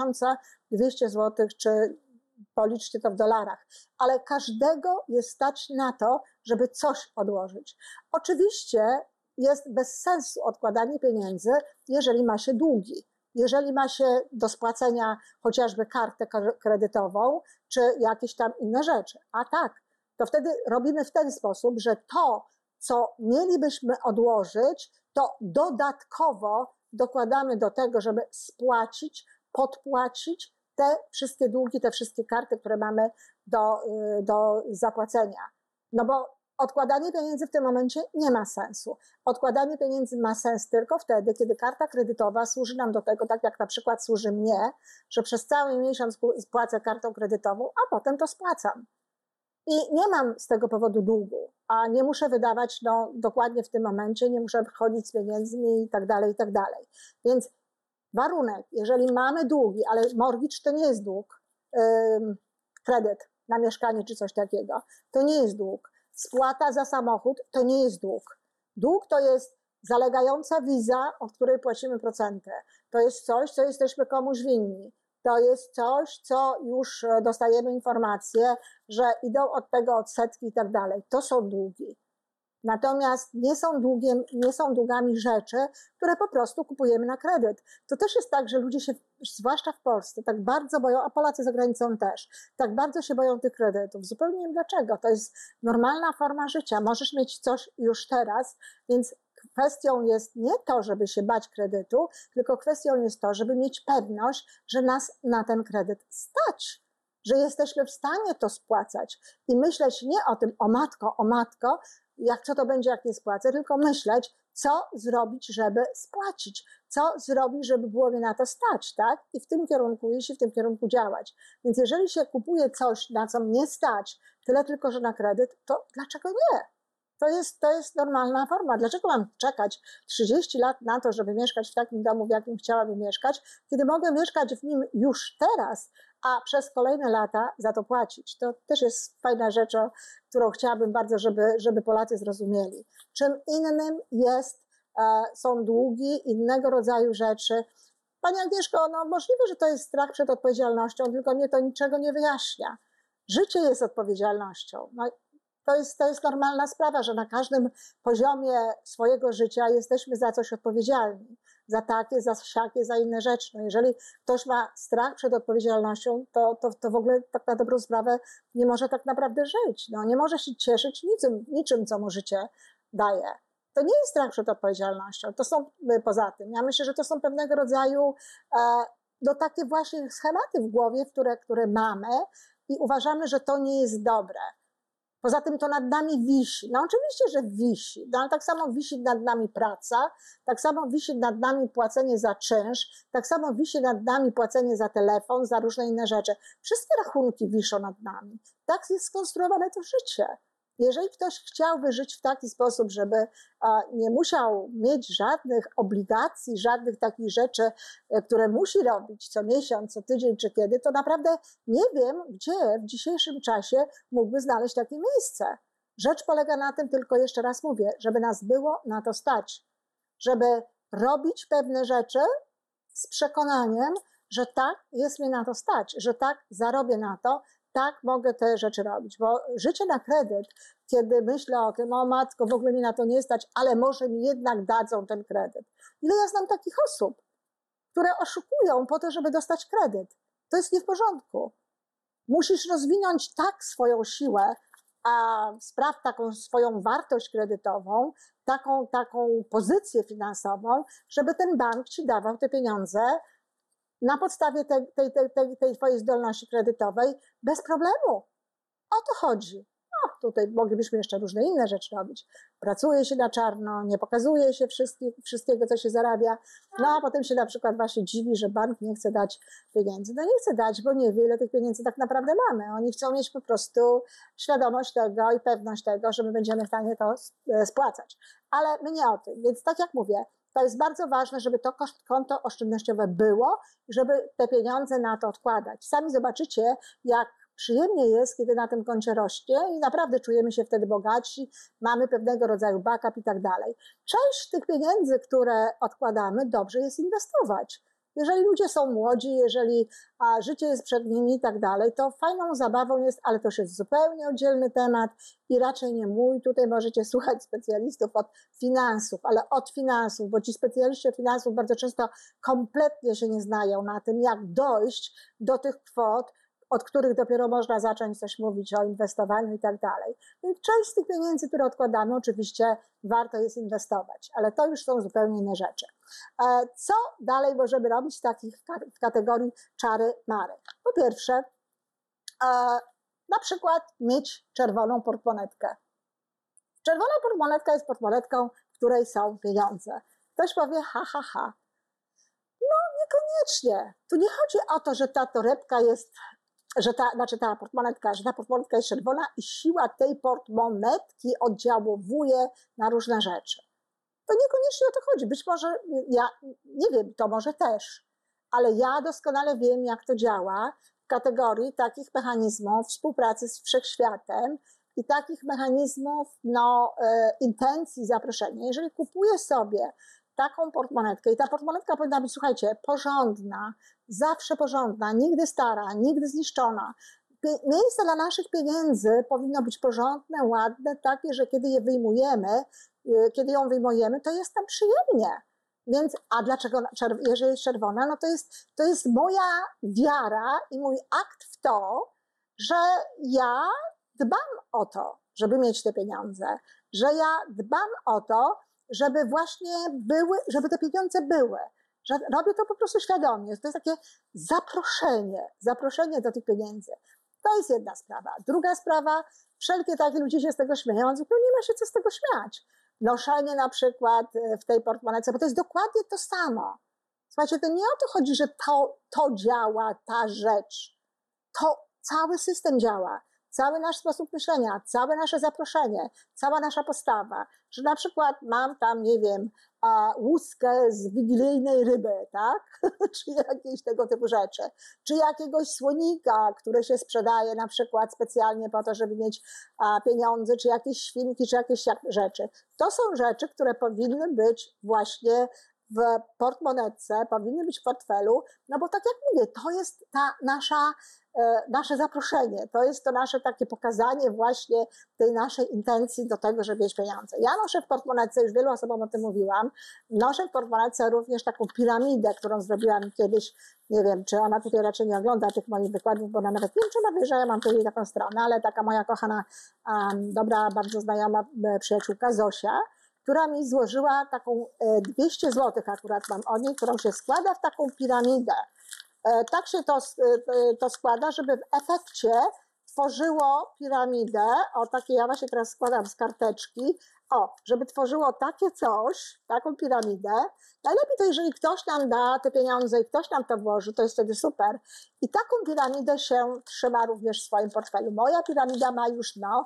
2200 zł, czy policzcie to w dolarach. Ale każdego jest stać na to, żeby coś odłożyć. Oczywiście jest bez sensu odkładanie pieniędzy, jeżeli ma się długi. Jeżeli ma się do spłacenia chociażby kartę kredytową, czy jakieś tam inne rzeczy. A tak, to wtedy robimy w ten sposób, że to, co mielibyśmy odłożyć, to dodatkowo dokładamy do tego, żeby spłacić, podpłacić te wszystkie długi, te wszystkie karty, które mamy do zapłacenia. No bo odkładanie pieniędzy w tym momencie nie ma sensu. Odkładanie pieniędzy ma sens tylko wtedy, kiedy karta kredytowa służy nam do tego, tak jak na przykład służy mnie, że przez cały miesiąc płacę kartą kredytową, a potem to spłacam. I nie mam z tego powodu długu, a nie muszę wydawać dokładnie w tym momencie, nie muszę wchodzić z pieniędzmi i tak dalej, i tak dalej. Więc warunek, jeżeli mamy długi, ale mortgage to nie jest dług, kredyt na mieszkanie czy coś takiego, to nie jest dług. Spłata za samochód to nie jest dług. Dług to jest zalegająca wiza, od której płacimy procenty. To jest coś, co jesteśmy komuś winni. To jest coś, co już dostajemy informację, że idą od tego odsetki i tak dalej. To są długi. Natomiast nie są długami rzeczy, które po prostu kupujemy na kredyt. To też jest tak, że ludzie się, zwłaszcza w Polsce, tak bardzo boją, a Polacy za granicą też, tak bardzo się boją tych kredytów. Zupełnie nie wiem dlaczego. To jest normalna forma życia. Możesz mieć coś już teraz, więc kwestią jest nie to, żeby się bać kredytu, tylko kwestią jest to, żeby mieć pewność, że nas na ten kredyt stać, że jesteśmy w stanie to spłacać i myśleć nie o tym, o matko, co to będzie, jak nie spłacę, tylko myśleć, co zrobić, żeby spłacić, co zrobić, żeby było mnie na to stać, tak? I w tym kierunku iść i w tym kierunku działać. Więc jeżeli się kupuje coś, na co mnie stać, tyle tylko, że na kredyt, to dlaczego nie? To jest normalna forma. Dlaczego mam czekać 30 lat na to, żeby mieszkać w takim domu, w jakim chciałabym mieszkać, kiedy mogę mieszkać w nim już teraz, a przez kolejne lata za to płacić? To też jest fajna rzecz, którą chciałabym bardzo, żeby Polacy zrozumieli. Czym innym są długi, innego rodzaju rzeczy. Pani Agnieszko, no możliwe, że to jest strach przed odpowiedzialnością, tylko mnie to niczego nie wyjaśnia. Życie jest odpowiedzialnością. No, to jest normalna sprawa, że na każdym poziomie swojego życia jesteśmy za coś odpowiedzialni. Za takie, za siakie, za inne rzeczy. No jeżeli ktoś ma strach przed odpowiedzialnością, to w ogóle tak na dobrą sprawę nie może tak naprawdę żyć. No, nie może się cieszyć niczym, co mu życie daje. To nie jest strach przed odpowiedzialnością. To są poza tym. Ja myślę, że to są pewnego rodzaju takie właśnie schematy w głowie, które mamy i uważamy, że to nie jest dobre. Poza tym to nad nami wisi. No oczywiście, że wisi, no, ale tak samo wisi nad nami praca, tak samo wisi nad nami płacenie za czynsz, tak samo wisi nad nami płacenie za telefon, za różne inne rzeczy. Wszystkie rachunki wiszą nad nami. Tak jest skonstruowane to życie. Jeżeli ktoś chciałby żyć w taki sposób, żeby nie musiał mieć żadnych obligacji, żadnych takich rzeczy, które musi robić co miesiąc, co tydzień czy kiedy, to naprawdę nie wiem, gdzie w dzisiejszym czasie mógłby znaleźć takie miejsce. Rzecz polega na tym, tylko jeszcze raz mówię, żeby nas było na to stać, żeby robić pewne rzeczy z przekonaniem, że tak, jest mi na to stać, że tak, zarobię na to, tak, mogę te rzeczy robić, bo życie na kredyt, kiedy myślę o tym, o matko, w ogóle mi na to nie stać, ale może mi jednak dadzą ten kredyt. Ile ja znam takich osób, które oszukują po to, żeby dostać kredyt. To jest nie w porządku. Musisz rozwinąć tak swoją siłę, a spraw taką swoją wartość kredytową, taką pozycję finansową, żeby ten bank ci dawał te pieniądze na podstawie tej twojej zdolności kredytowej bez problemu. O to chodzi. No, tutaj moglibyśmy jeszcze różne inne rzeczy robić. Pracuje się na czarno, nie pokazuje się wszystkiego, co się zarabia, no a potem się na przykład właśnie dziwi, że bank nie chce dać pieniędzy. No nie chce dać, bo nie wie, ile tych pieniędzy tak naprawdę mamy. Oni chcą mieć po prostu świadomość tego i pewność tego, że my będziemy w stanie to spłacać. Ale my nie o tym. Więc tak jak mówię, to jest bardzo ważne, żeby to konto oszczędnościowe było, żeby te pieniądze na to odkładać. Sami zobaczycie, jak przyjemnie jest, kiedy na tym koncie rośnie i naprawdę czujemy się wtedy bogatsi, mamy pewnego rodzaju backup i tak dalej. Część tych pieniędzy, które odkładamy, dobrze jest inwestować. Jeżeli ludzie są młodzi, jeżeli życie jest przed nimi i tak dalej, to fajną zabawą jest, ale to już jest zupełnie oddzielny temat i raczej nie mój. Tutaj możecie słuchać specjalistów od finansów, ale od finansów, bo ci specjaliści od finansów bardzo często kompletnie się nie znają na tym, jak dojść do tych kwot, od których dopiero można zacząć coś mówić o inwestowaniu i tak dalej. Więc część z tych pieniędzy, które odkładamy, oczywiście warto jest inwestować, ale to już są zupełnie inne rzeczy. Co dalej możemy robić w kategorii czary-mary? Po pierwsze, na przykład mieć czerwoną portmonetkę. Czerwona portmonetka jest portmonetką, w której są pieniądze. Ktoś powie, ha. No niekoniecznie. Tu nie chodzi o to, że ta torebka jest ta portmonetka jest czerwona i siła tej portmonetki oddziałuje na różne rzeczy. To niekoniecznie o to chodzi. Być może, ja nie wiem, to może też, ale ja doskonale wiem, jak to działa w kategorii takich mechanizmów współpracy z wszechświatem i takich mechanizmów intencji zaproszenia. Jeżeli kupuję sobie taką portmonetkę i ta portmonetka powinna być, słuchajcie, porządna, zawsze porządna, nigdy stara, nigdy zniszczona. Miejsce dla naszych pieniędzy powinno być porządne, ładne, takie, że kiedy ją wyjmujemy, to jest nam przyjemnie. Więc, a dlaczego, jeżeli jest czerwona, no to jest moja wiara i mój akt w to, że ja dbam o to, żeby mieć te pieniądze, że ja dbam o to, żeby właśnie żeby te pieniądze były. Że robię to po prostu świadomie. To jest takie zaproszenie do tych pieniędzy. To jest jedna sprawa. Druga sprawa, wszelkie takie ludzie się z tego śmieją, zupełnie nie ma się co z tego śmiać. Noszenie na przykład w tej portmonece, bo to jest dokładnie to samo. Słuchajcie, to nie o to chodzi, że to działa, ta rzecz. To cały system działa. Cały nasz sposób myślenia, całe nasze zaproszenie, cała nasza postawa, że na przykład mam tam, nie wiem, łuskę z wigilijnej ryby, tak? Czy jakieś tego typu rzeczy. Czy jakiegoś słonika, który się sprzedaje na przykład specjalnie po to, żeby mieć pieniądze, czy jakieś świnki, czy jakieś rzeczy. To są rzeczy, które powinny być właśnie w portmonetce, powinny być w portfelu, no bo tak jak mówię, to jest nasze zaproszenie, to jest to nasze takie pokazanie właśnie tej naszej intencji do tego, żeby mieć pieniądze. Ja noszę w portmonetce, już wielu osobom o tym mówiłam, noszę w portmonetce również taką piramidę, którą zrobiłam kiedyś, nie wiem, czy ona tutaj raczej nie ogląda tych moich wykładów, bo ona nawet nie wiem, czy ona wie, że ja mam tutaj taką stronę, ale taka moja kochana, dobra, bardzo znajoma przyjaciółka Zosia, która mi złożyła taką 200 zł akurat mam od niej, którą się składa w taką piramidę. Tak się to składa, żeby w efekcie tworzyło piramidę, ja właśnie teraz składam z karteczki, żeby tworzyło takie coś, taką piramidę. Najlepiej to, jeżeli ktoś nam da te pieniądze i ktoś nam to włoży, to jest wtedy super. I taką piramidę się trzyma również w swoim portfelu. Moja piramida ma już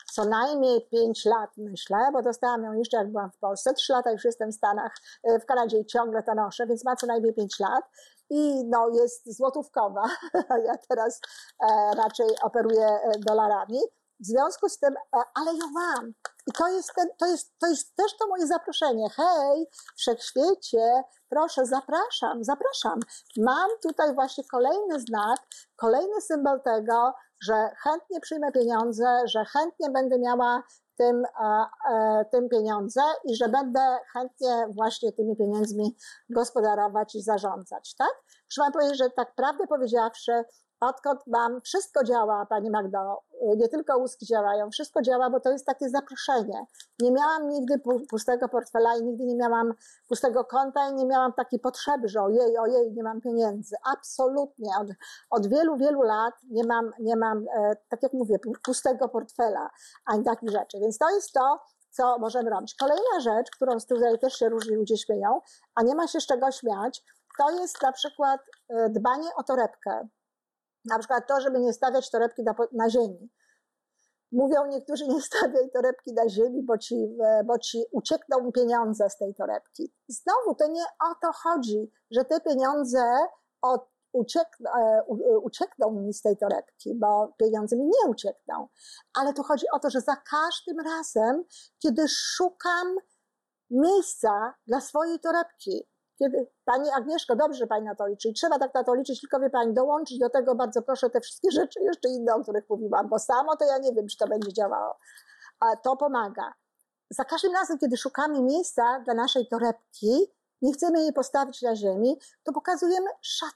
co najmniej 5 lat, myślę, bo dostałam ją jeszcze jak byłam w Polsce. 3 lata już jestem w Stanach, w Kanadzie i ciągle to noszę, więc ma co najmniej 5 lat. I no, jest złotówkowa, a ja teraz raczej operuję dolarami. W związku z tym, ale ją mam. I to jest też to moje zaproszenie. Hej, wszechświecie, proszę, zapraszam. Mam tutaj właśnie kolejny znak, kolejny symbol tego, że chętnie przyjmę pieniądze, że chętnie będę miała tym pieniądze i że będę chętnie właśnie tymi pieniędzmi gospodarować i zarządzać, tak? Muszę wam powiedzieć, że tak prawdę powiedziawszy, odkąd wszystko działa, Pani Magdo, nie tylko łuski działają, wszystko działa, bo to jest takie zaproszenie. Nie miałam nigdy pustego portfela i nigdy nie miałam pustego konta i nie miałam takiej potrzeby, że ojej, nie mam pieniędzy. Absolutnie. Od wielu, wielu lat nie mam, tak jak mówię, pustego portfela, ani takich rzeczy. Więc to jest to, co możemy robić. Kolejna rzecz, którą tutaj też się różni ludzie śmieją, a nie ma się z czego śmiać, to jest na przykład dbanie o torebkę. Na przykład to, żeby nie stawiać torebki na ziemi. Mówią niektórzy, nie stawiaj torebki na ziemi, bo ci uciekną pieniądze z tej torebki. Znowu, to nie o to chodzi, że te pieniądze uciekną mi z tej torebki, bo pieniądze mi nie uciekną. Ale tu chodzi o to, że za każdym razem, kiedy szukam miejsca dla swojej torebki, kiedy, Pani Agnieszko, dobrze, że Pani na to liczy i trzeba tak na to liczyć, tylko wie Pani, dołączyć do tego bardzo proszę te wszystkie rzeczy jeszcze inne, o których mówiłam, bo samo to ja nie wiem, czy to będzie działało, a to pomaga. Za każdym razem, kiedy szukamy miejsca dla naszej torebki, nie chcemy jej postawić na ziemi, to pokazujemy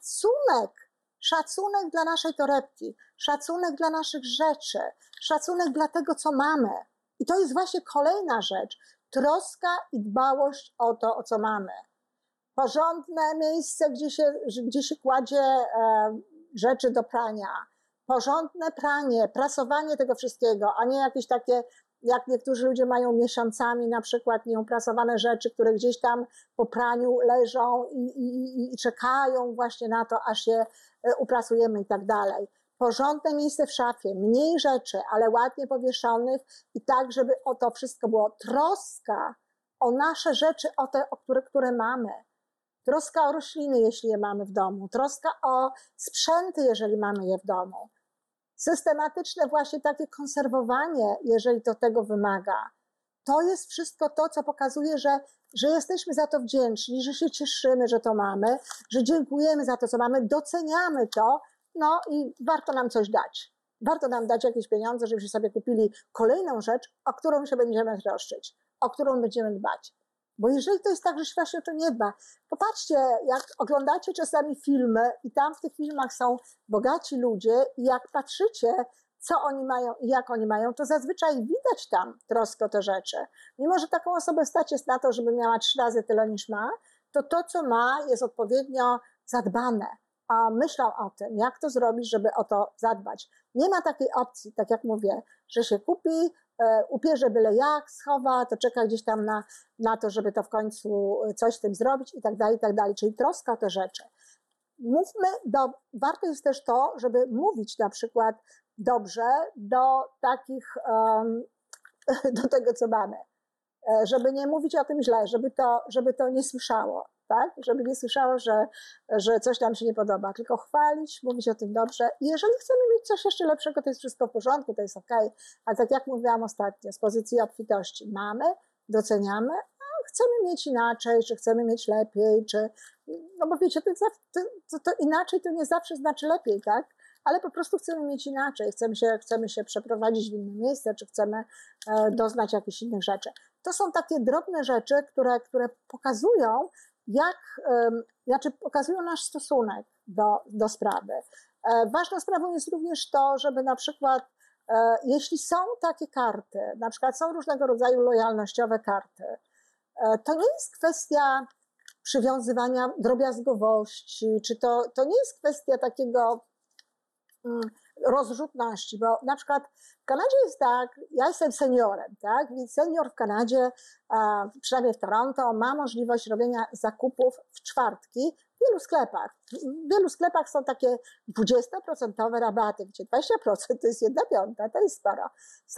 szacunek dla naszej torebki, szacunek dla naszych rzeczy, szacunek dla tego, co mamy. I to jest właśnie kolejna rzecz, troska i dbałość o to, o co mamy. Porządne miejsce, gdzie się kładzie rzeczy do prania, porządne pranie, prasowanie tego wszystkiego, a nie jakieś takie, jak niektórzy ludzie mają miesiącami na przykład nieuprasowane rzeczy, które gdzieś tam po praniu leżą i czekają właśnie na to, aż je uprasujemy i tak dalej. Porządne miejsce w szafie, mniej rzeczy, ale ładnie powieszonych i tak, żeby o to wszystko było. Troska o nasze rzeczy, o te, które mamy. Troska o rośliny, jeśli je mamy w domu. Troska o sprzęty, jeżeli mamy je w domu. Systematyczne właśnie takie konserwowanie, jeżeli to tego wymaga. To jest wszystko to, co pokazuje, że jesteśmy za to wdzięczni, że się cieszymy, że to mamy, że dziękujemy za to, co mamy, doceniamy to, no i warto nam coś dać. Warto nam dać jakieś pieniądze, żebyśmy sobie kupili kolejną rzecz, o którą się będziemy troszczyć, o którą będziemy dbać. Bo jeżeli to jest tak, że świat się o to nie dba, popatrzcie, jak oglądacie czasami filmy i tam w tych filmach są bogaci ludzie i jak patrzycie, co oni mają i jak oni mają, to zazwyczaj widać tam troskę o te rzeczy. Mimo że taką osobę stać jest na to, żeby miała 3 razy tyle niż ma, to co ma jest odpowiednio zadbane. A myślą o tym, jak to zrobić, żeby o to zadbać. Nie ma takiej opcji, tak jak mówię, że się kupi, upierze byle jak, schowa, to czeka gdzieś tam na to, żeby to w końcu coś z tym zrobić i tak dalej, czyli troska o te rzeczy. Warto jest też to, żeby mówić na przykład dobrze do takich, do tego, co mamy. Żeby nie mówić o tym źle, żeby to nie słyszało, tak? Żeby nie słyszało, że coś nam się nie podoba, tylko chwalić, mówić o tym dobrze. I jeżeli chcemy mieć coś jeszcze lepszego, to jest wszystko w porządku, to jest okej. Ale tak jak mówiłam ostatnio, z pozycji obfitości mamy, doceniamy, a chcemy mieć inaczej, czy chcemy mieć lepiej, no bo wiecie, to inaczej to nie zawsze znaczy lepiej, tak? Ale po prostu chcemy mieć inaczej, chcemy się przeprowadzić w inne miejsce, czy chcemy doznać jakichś innych rzeczy. To są takie drobne rzeczy, które pokazują, pokazują nasz stosunek do sprawy. Ważną sprawą jest również to, żeby na przykład, jeśli są takie karty, na przykład są różnego rodzaju lojalnościowe karty, to nie jest kwestia przywiązywania drobiazgowości, czy to nie jest kwestia takiego rozrzutności, bo na przykład w Kanadzie jest tak, ja jestem seniorem, tak, więc senior w Kanadzie, przynajmniej w Toronto, ma możliwość robienia zakupów w czwartki w wielu sklepach. W wielu sklepach są takie 20% rabaty, gdzie 20% to jest 1/5, to jest sporo. Są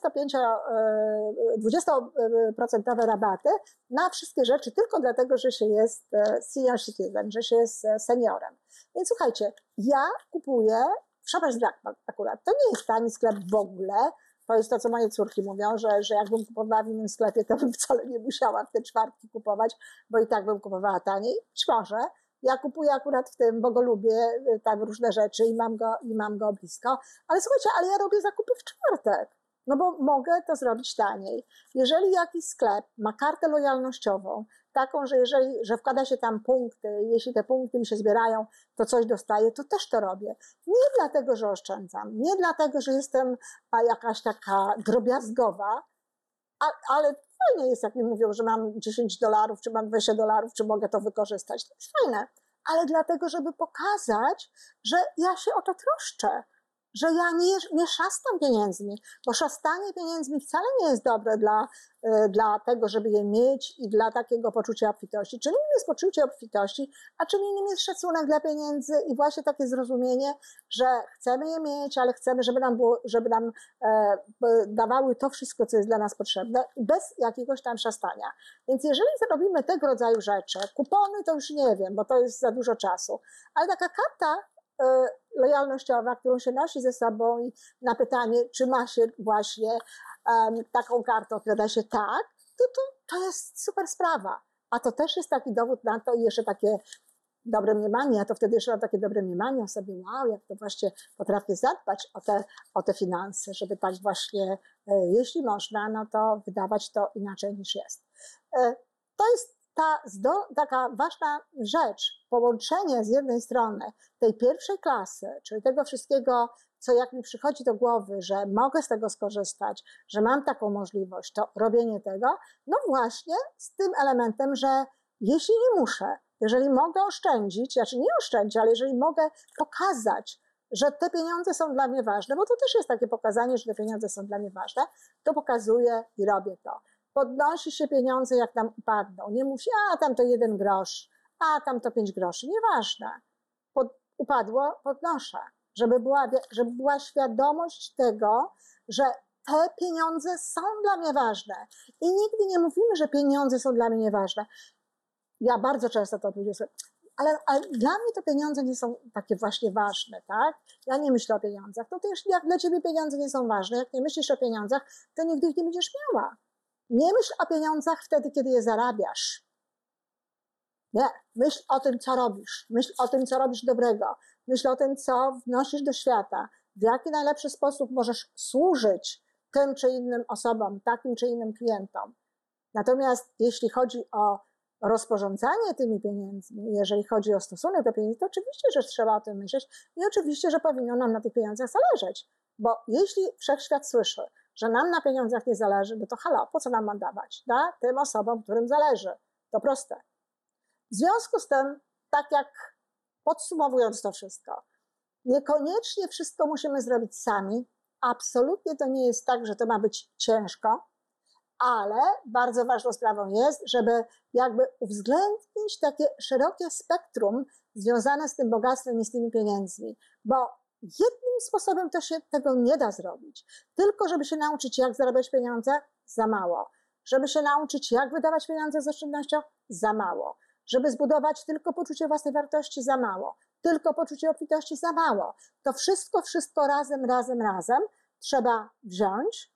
20% rabaty na wszystkie rzeczy tylko dlatego, że się jest senior citizen, że się jest seniorem. Więc słuchajcie, ja kupuję w Shoppers Drug Mart akurat. To nie jest tani sklep w ogóle. To jest to, co moje córki mówią, że jakbym kupowała w innym sklepie, to bym wcale nie musiała w te czwartki kupować, bo i tak bym kupowała taniej. Być może. Ja kupuję akurat w tym, bo go lubię, tam różne rzeczy i mam go blisko. Ale słuchajcie, ale ja robię zakupy w czwartek. No bo mogę to zrobić taniej. Jeżeli jakiś sklep ma kartę lojalnościową, taką, że wkłada się tam punkty, jeśli te punkty mi się zbierają, to coś dostaję, to też to robię. Nie dlatego, że oszczędzam, nie dlatego, że jestem jakaś taka drobiazgowa, ale fajnie jest, jak mi mówią, że mam $10, czy mam $20, czy mogę to wykorzystać. To jest fajne, ale dlatego, żeby pokazać, że ja się o to troszczę, że ja nie szastam pieniędzmi, bo szastanie pieniędzmi wcale nie jest dobre dla tego, żeby je mieć i dla takiego poczucia obfitości. Czym innym jest poczucie obfitości, a czym innym jest szacunek dla pieniędzy i właśnie takie zrozumienie, że chcemy je mieć, ale chcemy, żeby nam dawały to wszystko, co jest dla nas potrzebne, bez jakiegoś tam szastania. Więc jeżeli zrobimy tego rodzaju rzeczy, kupony to już nie wiem, bo to jest za dużo czasu, ale taka karta lojalnościowa, którą się nosi ze sobą i na pytanie, czy ma się właśnie taką kartę, odpowiada się tak, to jest super sprawa. A to też jest taki dowód na to i jeszcze takie dobre mniemanie, ja to wtedy jeszcze mam takie dobre mniemanie o sobie, wow, jak to właśnie potrafię zadbać o te finanse, żeby tak właśnie, jeśli można, no to wydawać to inaczej niż jest. To jest taka ważna rzecz, połączenie z jednej strony tej pierwszej klasy, czyli tego wszystkiego, co jak mi przychodzi do głowy, że mogę z tego skorzystać, że mam taką możliwość, to robienie tego, no właśnie z tym elementem, że jeśli nie muszę, jeżeli mogę oszczędzić, znaczy nie oszczędzić, ale jeżeli mogę pokazać, że te pieniądze są dla mnie ważne, bo to też jest takie pokazanie, że te pieniądze są dla mnie ważne, to pokazuję i robię to. Podnosi się pieniądze, jak nam upadną. Nie mówi, a tam to 1 grosz, a tam to 5 groszy. Nieważne. Upadło, podnoszę. Żeby była świadomość tego, że te pieniądze są dla mnie ważne. I nigdy nie mówimy, że pieniądze są dla mnie nieważne. Ja bardzo często to odpowiedziałem, ale dla mnie to pieniądze nie są takie właśnie ważne, tak? Ja nie myślę o pieniądzach. To też jak dla ciebie pieniądze nie są ważne, jak nie myślisz o pieniądzach, to nigdy ich nie będziesz miała. Nie myśl o pieniądzach wtedy, kiedy je zarabiasz. Nie, myśl o tym, co robisz. Myśl o tym, co robisz dobrego. Myśl o tym, co wnosisz do świata. W jaki najlepszy sposób możesz służyć tym czy innym osobom, takim czy innym klientom. Natomiast jeśli chodzi o rozporządzanie tymi pieniędzmi, jeżeli chodzi o stosunek do pieniędzy, to oczywiście, że trzeba o tym myśleć i oczywiście, że powinno nam na tych pieniądzach zależeć. Bo jeśli wszechświat słyszy, że nam na pieniądzach nie zależy, no to halo, po co nam ma dawać? Da? Tym osobom, którym zależy. To proste. W związku z tym, tak jak podsumowując to wszystko, niekoniecznie wszystko musimy zrobić sami. Absolutnie to nie jest tak, że to ma być ciężko, ale bardzo ważną sprawą jest, żeby jakby uwzględnić takie szerokie spektrum związane z tym bogactwem i z tymi pieniędzmi, bo jednym sposobem to się tego nie da zrobić. Tylko żeby się nauczyć, jak zarabiać pieniądze, za mało. Żeby się nauczyć, jak wydawać pieniądze z oszczędnością, za mało. Żeby zbudować tylko poczucie własnej wartości, za mało. Tylko poczucie obfitości, za mało. To wszystko razem trzeba wziąć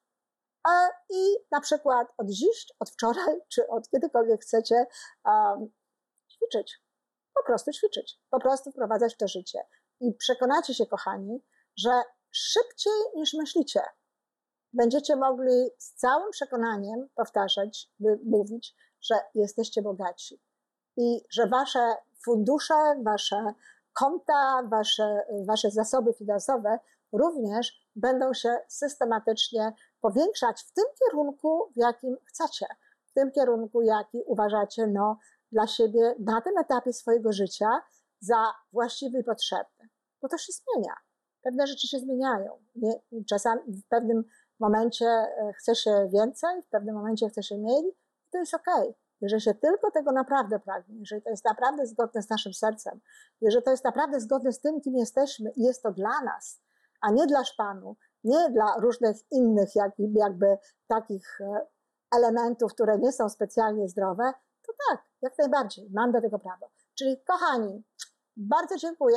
i na przykład od dziś, od wczoraj, czy od kiedykolwiek chcecie ćwiczyć. Po prostu ćwiczyć. Po prostu wprowadzać w to życie. I przekonacie się, kochani, że szybciej niż myślicie będziecie mogli z całym przekonaniem powtarzać, mówić, że jesteście bogaci. I że wasze fundusze, wasze konta, wasze zasoby finansowe również będą się systematycznie powiększać w tym kierunku, w jakim chcecie. W tym kierunku, jaki uważacie dla siebie na tym etapie swojego życia za właściwy i potrzebny. Bo to się zmienia. pewne rzeczy się zmieniają. Czasami w pewnym momencie chce się więcej, w pewnym momencie chce się mniej i to jest okej. Jeżeli się tylko tego naprawdę pragnie, jeżeli to jest naprawdę zgodne z naszym sercem, jeżeli to jest naprawdę zgodne z tym, kim jesteśmy i jest to dla nas, a nie dla szpanu, nie dla różnych innych jakby takich elementów, które nie są specjalnie zdrowe, to tak, jak najbardziej, mam do tego prawo. Czyli kochani, bardzo dziękuję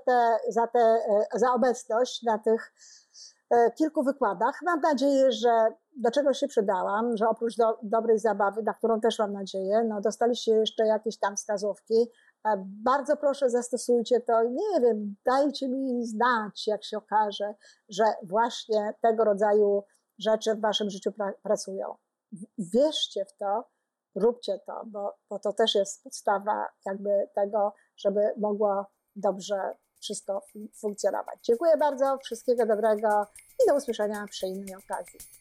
za obecność na tych kilku wykładach. Mam nadzieję, że do czegoś się przydałam, że oprócz dobrej zabawy, na którą też mam nadzieję, dostaliście jeszcze jakieś tam wskazówki. Bardzo proszę, zastosujcie to. Nie wiem, dajcie mi znać, jak się okaże, że właśnie tego rodzaju rzeczy w waszym życiu pracują. Wierzcie w to, róbcie to, bo to też jest podstawa jakby tego, żeby mogło dobrze wszystko funkcjonować. Dziękuję bardzo, wszystkiego dobrego i do usłyszenia przy innej okazji.